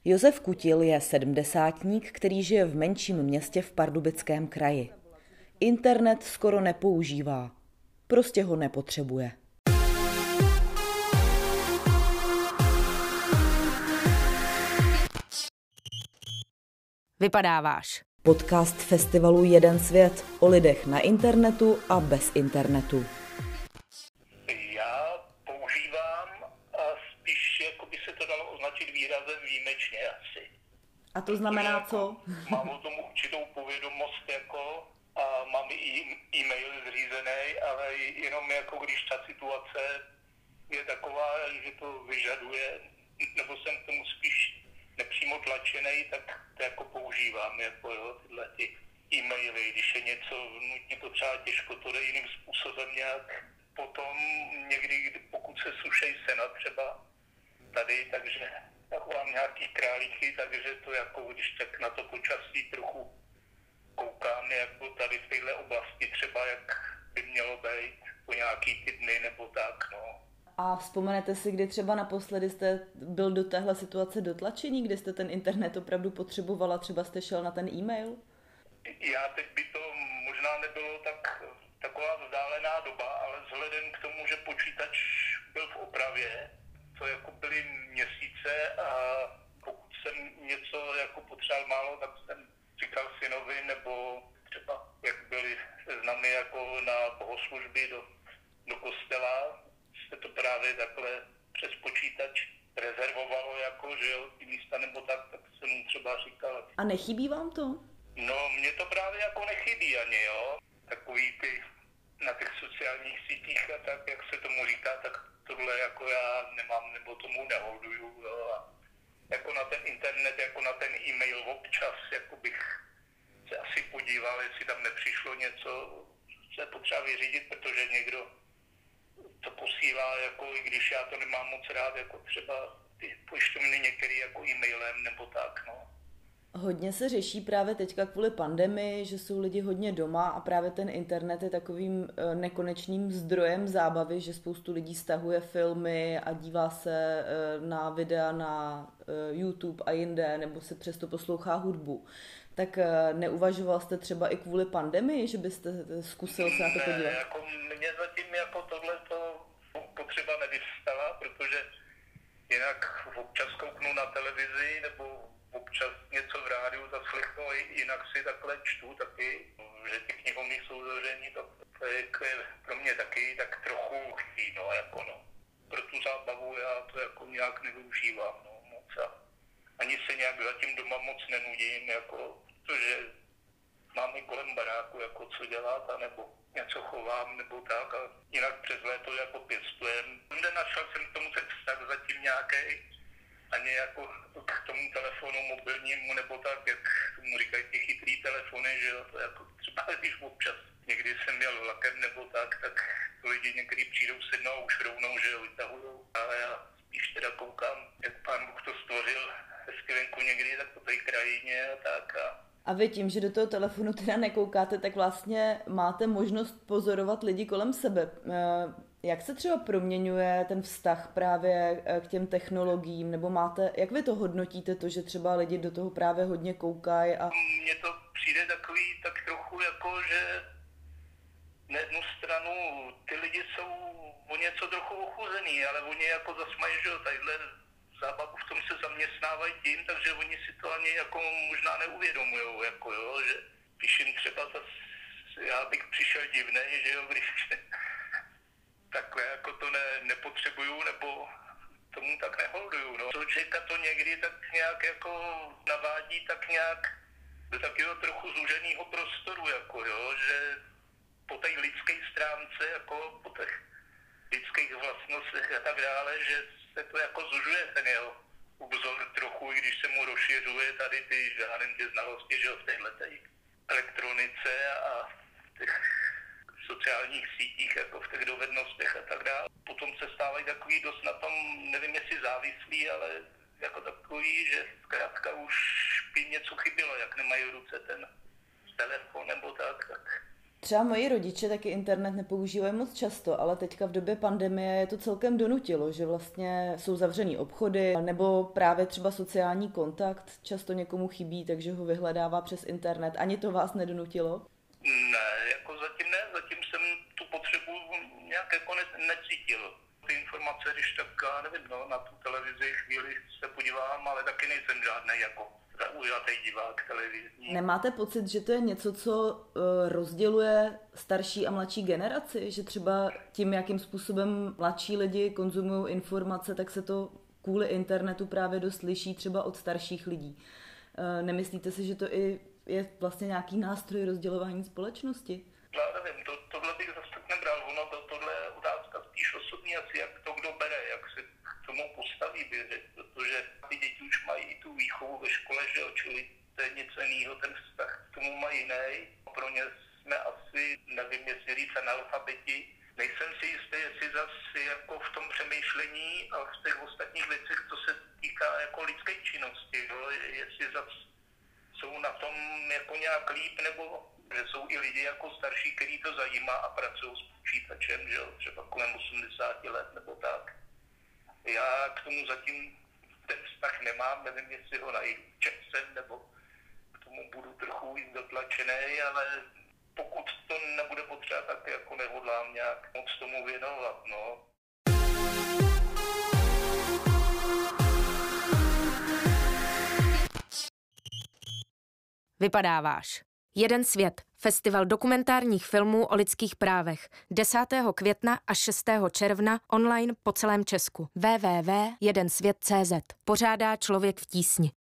Josef Kutil je sedmdesátník, který žije v menším městě v Pardubickém kraji. Internet skoro nepoužívá. Prostě ho nepotřebuje. Vypadáváš. Podcast festivalu Jeden svět o lidech na internetu a bez internetu. Já používám a spíš jako by se to dalo označit výrazem výjimečně asi. A to znamená co? Mám o tom určitou povědomost jako a mám i e-mail zřízený, ale jenom jako když ta situace je taková, že to vyžaduje, nebo jsem k tomu spíš nepřímo tlačený, tak to jako používám, jako jo, tyhle ty e-maily, když je něco nutně potřeba, těžko to jde jiným způsobem nějak. Potom někdy, pokud se sušej sena třeba tady, takže mám nějaký králíky, takže to jako, když tak na to počasí trochu koukám, jako tady v téhle oblasti třeba, jak by mělo být po nějaký ty dny nebo tak, no. A vzpomenete si, kdy třeba naposledy jste byl do téhle situace dotlačení, kdy jste ten internet opravdu potřebovala, třeba jste šel na ten e-mail? Já teď by to možná nebylo taková vzdálená doba, ale vzhledem k tomu, že počítač byl v opravě, to jako byly měsíce a pokud jsem něco jako potřeboval málo, tak jsem říkal synovi, nebo třeba jak byli seznamy jako na bohoslužby do kostela, se to právě takhle přes počítač rezervovalo, jako, že jo, ty místa nebo tak jsem mu třeba říkal. A nechybí vám to? No, mně to právě jako nechybí ani, jo. Takový ty na těch sociálních sítích a tak, jak se tomu říká, tak tohle jako já nemám, nebo tomu neholduju, jo. A jako na ten internet, jako na ten e-mail občas, jako bych se asi podíval, jestli tam nepřišlo něco, co je potřeba vyřídit, protože někdo to posílá, jako i když já to nemám moc rád, jako třeba ty pojišťovny některý jako e-mailem nebo tak, no. Hodně se řeší právě teďka kvůli pandemii, že jsou lidi hodně doma a právě ten internet je takovým nekonečným zdrojem zábavy, že spoustu lidí stahuje filmy a dívá se na videa na YouTube a jinde, nebo se přesto poslouchá hudbu. Tak neuvažoval jste třeba i kvůli pandemii, že byste zkusil se na to podívat? Ne, jako mě zatím jako tohleto potřeba nevystala, protože jinak občas kouknu na televizi nebo občas něco v rádiu zaslechnu, jinak si takhle čtu taky, že ty knihovny jsou zavření, to je pro mě taky tak trochu chybí, no, jako no. Pro tu zábavu já to jako nějak nevyužívám, no, moc a ani se nějak zatím doma moc nenudím, jako, protože mám i kolem baráku, jako co dělat, anebo něco chovám, nebo tak, a jinak přes léto jako pěstujem. Nenašel jsem k tomu ten vztah zatím nějaký, ani jako k tomu telefonu mobilnímu, nebo tak, jak tomu říkají ty chytrý telefony, že jo, to jako třeba když občas někdy jsem měl vlakem nebo tak lidi někdy přijdou sednou a už rovnou, že jo, vytahujou, ale já spíš teda koukám, jak Pán Bůh to stvořil hezky venku někdy, tak po té krajině a tak A vy tím, že do toho telefonu teda nekoukáte, tak vlastně máte možnost pozorovat lidi kolem sebe. Jak se třeba proměňuje ten vztah právě k těm technologiím, nebo jak vy to hodnotíte, to, že třeba lidi do toho právě hodně koukají? Mně to přijde takový tak trochu jako, že na jednu stranu ty lidi jsou o něco trochu ochuzený, ale oni jako zas mají, že tadyhle zábavu v tom se zaměstnávají tím, takže oni si to ani jako možná neuvědomujou, jako jo, že když jim třeba já bych přišel divnej, že jo, když takhle jako to nepotřebuju, nebo tomu tak neholduju, no. Člověka to někdy tak nějak jako navádí tak nějak do takového trochu zúženého prostoru, jako jo, že po té lidské stránce, jako po těch lidských vlastnostech a tak dále, že se to jako zužuje ten jeho obzor trochu, i když se mu rozšiřuje tady ty žádné znalosti, že jo, v téhleté elektronice a v těch sociálních sítích, jako v těch dovednostech a tak dále. Potom se stávají takový dost na tom, nevím jestli závislí, ale jako takový, že zkrátka už by něco chybilo, jak nemají v ruce ten telefon nebo tak Třeba moji rodiče taky internet nepoužívají moc často, ale teďka v době pandemie je to celkem donutilo, že vlastně jsou zavřený obchody, nebo právě třeba sociální kontakt často někomu chybí, takže ho vyhledává přes internet. Ani to vás nedonutilo? Ne, jako zatím ne, zatím jsem tu potřebu nějak jako necítil. Ty informace, když tak, já nevím, no, na tu televizi chvíli se podívám, ale taky nejsem žádný jako zaujatý divák televizní. Nemáte pocit, že to je něco, co rozděluje starší a mladší generaci? Že třeba tím, jakým způsobem mladší lidi konzumují informace, tak se to kvůli internetu právě dost liší třeba od starších lidí. Nemyslíte si, že to i je vlastně nějaký nástroj rozdělování společnosti? Já nevím, tohle bych zase tak nebral. Tohle je otázka spíš osobní, asi jak to kdo bere, jak se k tomu postaví, bych řekl, protože ty děti už mají i tu výchovu ve škole, že jo, čili to je něco jiného, ten vztah k tomu mají jiný. Pro ně jsme asi, nevím, jestli říct analfabeti. Nejsem si jistý, jestli zase jako v tom přemýšlení a v těch ostatních věcech, co se týká jako lidské činnosti, jo, jestli zase jsou na tom jako nějak líp, nebo že jsou i lidi jako starší, který to zajímá a pracují s počítačem, že jo, třeba kolem 80 let nebo tak. Já k tomu zatím ten vztah nemám, nevím, jestli ho najdu časem, nebo k tomu budu trochu víc dotlačený, ale pokud to nebude potřeba, tak jako nehodlám nějak moc tomu věnovat, no. Vypadáváš. Jeden svět. Festival dokumentárních filmů o lidských právech. 10. května až 6. června online po celém Česku. www.jedensvět.cz. Pořádá Člověk v tísni.